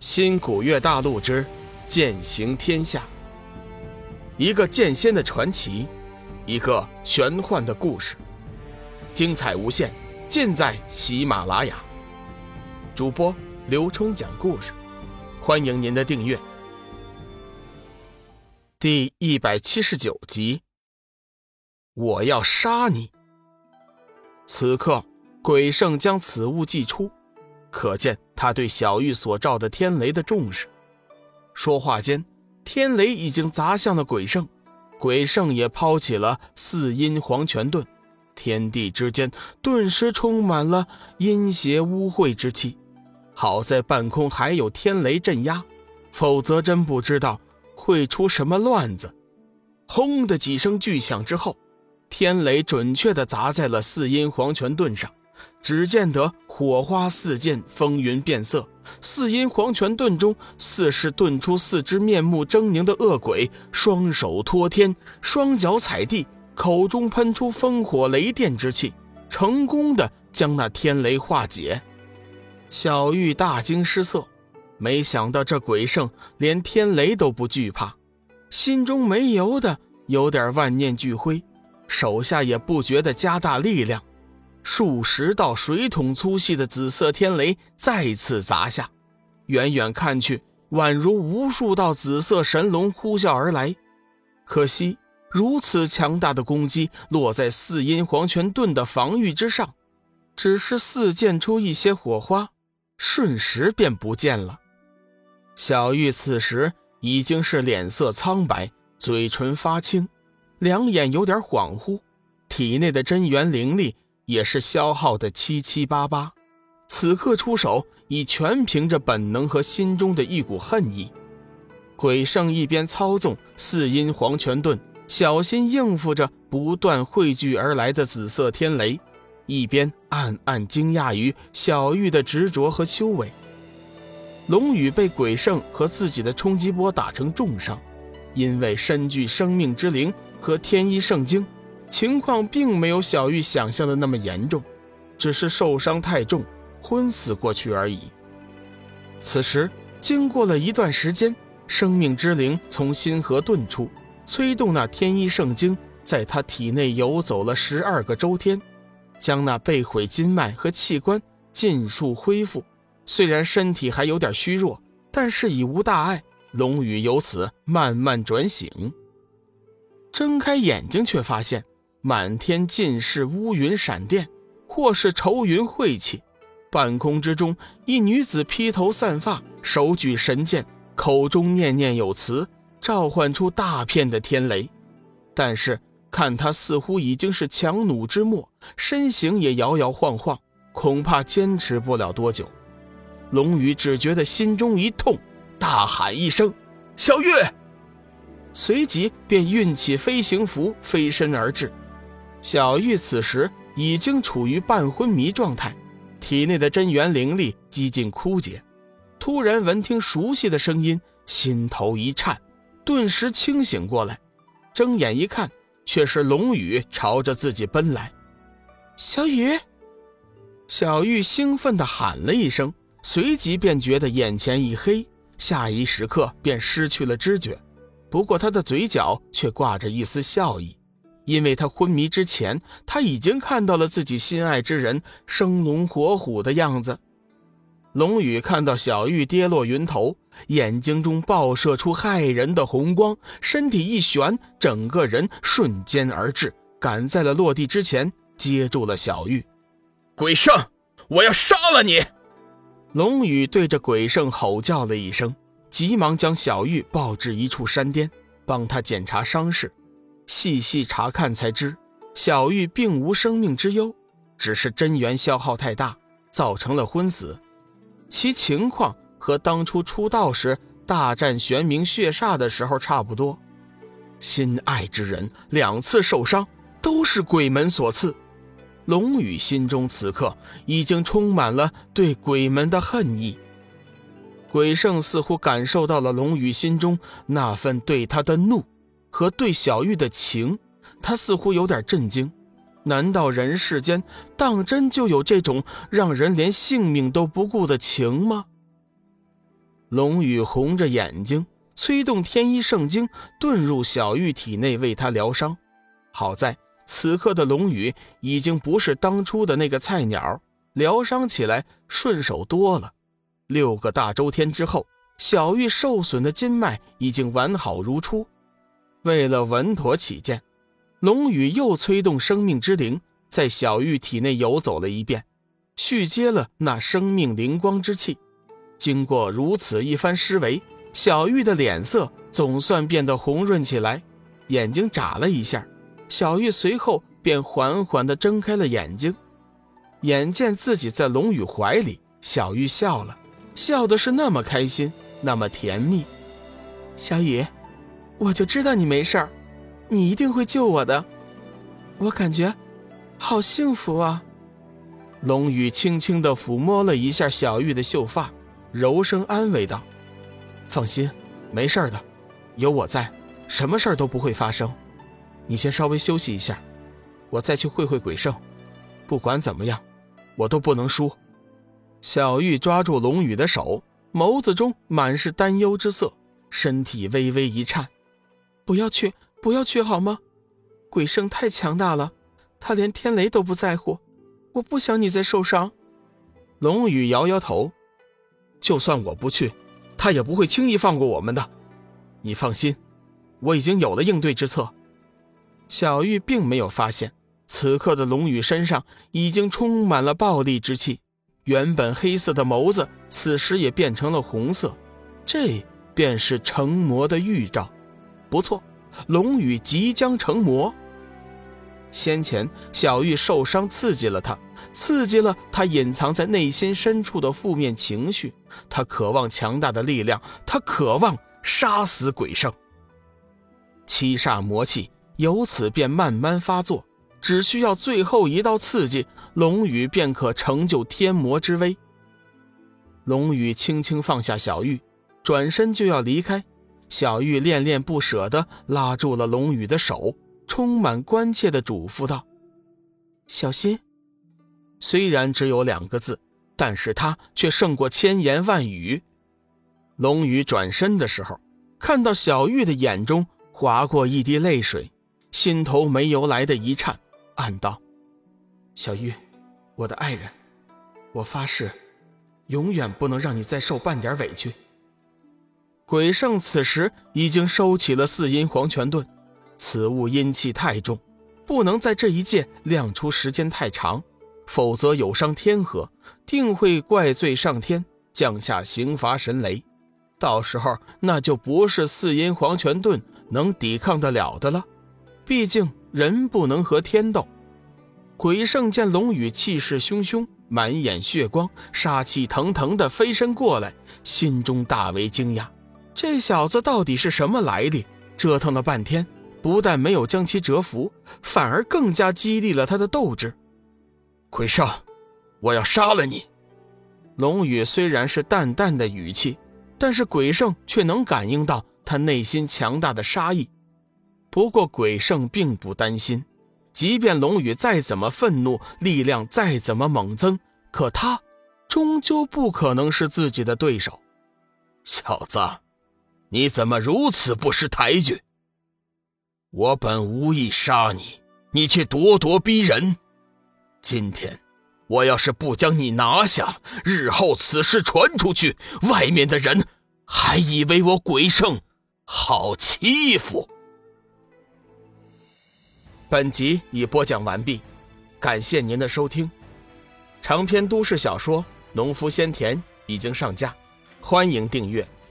新古月大陆之剑行天下，一个剑仙的传奇，一个玄幻的故事，精彩无限，尽在喜马拉雅。主播刘冲讲故事，欢迎您的订阅。第179集，我要杀你。此刻鬼圣将此物祭出，可见他对小玉所召的天雷的重视。说话间，天雷已经砸向了鬼圣，鬼圣也抛起了四阴黄泉盾，天地之间顿时充满了阴邪污秽之气。好在半空还有天雷镇压，否则真不知道会出什么乱子。轰的几声巨响之后，天雷准确地砸在了四阴黄泉盾上，只见得火花四溅，风云变色。四阴黄泉盾中似是遁出四只面目狰狞的恶鬼，双手托天，双脚踩地，口中喷出烽火雷电之气，成功地将那天雷化解。小玉大惊失色，没想到这鬼圣连天雷都不惧怕，心中没由的有点万念俱灰，手下也不觉得加大力量。数十道水桶粗细的紫色天雷再次砸下，远远看去宛如无数道紫色神龙呼啸而来。可惜如此强大的攻击落在四阴黄泉盾的防御之上，只是四溅出一些火花，瞬时便不见了。小玉此时已经是脸色苍白，嘴唇发青，两眼有点恍惚，体内的真元灵力也是消耗的七七八八，此刻出手已全凭着本能和心中的一股恨意。鬼圣一边操纵四阴黄泉盾，小心应付着不断汇聚而来的紫色天雷，一边暗暗惊讶于小玉的执着和修为。龙宇被鬼圣和自己的冲击波打成重伤，因为身具生命之灵和天一圣经，情况并没有小玉想象的那么严重，只是受伤太重，昏死过去而已。此时经过了一段时间，生命之灵从心河遁出，催动那天一圣经在他体内游走了12个周天，将那被毁筋脉和器官尽数恢复。虽然身体还有点虚弱，但是已无大碍。龙宇由此慢慢转醒，睁开眼睛却发现满天尽是乌云闪电，或是愁云晦气。半空之中，一女子披头散发，手举神剑，口中念念有词，召唤出大片的天雷。但是看她似乎已经是强弩之末，身形也摇摇晃晃，恐怕坚持不了多久。龙宇只觉得心中一痛，大喊一声：“小玉！”随即便运起飞行符飞身而至。小玉此时已经处于半昏迷状态，体内的真元灵力几近枯竭。突然闻听熟悉的声音，心头一颤，顿时清醒过来，睁眼一看，却是龙宇朝着自己奔来。小雨！小玉兴奋地喊了一声，随即便觉得眼前一黑，下一时刻便失去了知觉。不过他的嘴角却挂着一丝笑意，因为他昏迷之前，他已经看到了自己心爱之人生龙活虎的样子。龙宇看到小玉跌落云头，眼睛中爆射出骇人的红光，身体一旋，整个人瞬间而至，赶在了落地之前接住了小玉。 鬼圣，我要杀了你！ 龙宇对着鬼圣吼叫了一声，急忙将小玉抱至一处山巅，帮他检查伤势。细细查看才知，小玉并无生命之忧，只是真元消耗太大，造成了昏死。其情况和当初出道时大战玄冥血煞的时候差不多。心爱之人2次受伤，都是鬼门所赐。龙宇心中此刻已经充满了对鬼门的恨意。鬼圣似乎感受到了龙宇心中那份对他的怒和对小玉的情，他似乎有点震惊。难道人世间当真就有这种让人连性命都不顾的情吗？ 龙宇红着眼睛，催动天一圣经遁入小玉体内为他疗伤。好在此刻的龙宇已经不是当初的那个菜鸟，疗伤起来顺手多了。6个大周天之后，小玉受损的筋脉已经完好如初。为了稳妥起见，龙宇又催动生命之灵在小玉体内游走了一遍，续接了那生命灵光之气。经过如此一番施为，小玉的脸色总算变得红润起来，眼睛眨了一下，小玉随后便缓缓地睁开了眼睛。眼见自己在龙宇怀里，小玉笑了，笑的是那么开心，那么甜蜜。小雨，我就知道你没事儿，你一定会救我的，我感觉好幸福啊。龙宇轻轻地抚摸了一下小玉的秀发，柔声安慰道：放心，没事的，有我在，什么事儿都不会发生。你先稍微休息一下，我再去会会鬼圣，不管怎么样，我都不能输。小玉抓住龙宇的手，眸子中满是担忧之色，身体微微一颤。不要去，不要去好吗？鬼圣太强大了，他连天雷都不在乎，我不想你再受伤。龙宇摇摇头，就算我不去，他也不会轻易放过我们的。你放心，我已经有了应对之策。小玉并没有发现，此刻的龙宇身上已经充满了暴戾之气，原本黑色的眸子此时也变成了红色，这便是成魔的预兆。不错，龙宇即将成魔。先前小玉受伤刺激了他，刺激了他隐藏在内心深处的负面情绪，他渴望强大的力量，他渴望杀死鬼圣。七煞魔气由此便慢慢发作，只需要最后一道刺激，龙宇便可成就天魔之威。龙宇轻轻放下小玉，转身就要离开，小玉恋恋不舍地拉住了龙宇的手，充满关切地嘱咐道：小心。虽然只有2个字，但是他却胜过千言万语。龙宇转身的时候，看到小玉的眼中划过一滴泪水，心头没由来的一颤，暗道：小玉，我的爱人，我发誓永远不能让你再受半点委屈。鬼圣此时已经收起了4阴黄泉盾，此物阴气太重，不能在这一界亮出时间太长，否则有伤天和，定会怪罪上天，降下刑罚神雷，到时候那就不是4阴黄泉盾能抵抗得了的了。毕竟人不能和天斗。鬼圣见龙宇气势汹汹，满眼血光，杀气腾腾地飞身过来，心中大为惊讶，这小子到底是什么来历？折腾了半天，不但没有将其折服，反而更加激励了他的斗志。 鬼圣，我要杀了你。 龙宇虽然是淡淡的语气，但是鬼圣却能感应到他内心强大的杀意。不过鬼圣并不担心，即便龙宇再怎么愤怒，力量再怎么猛增，可他终究不可能是自己的对手。 小子，你怎么如此不识抬举？我本无意杀你，你却咄咄逼人。今天我要是不将你拿下，日后此事传出去，外面的人还以为我鬼圣好欺负。 本集已播讲完毕，感谢您的收听。长篇都市小说《农夫先田》已经上架，欢迎订阅。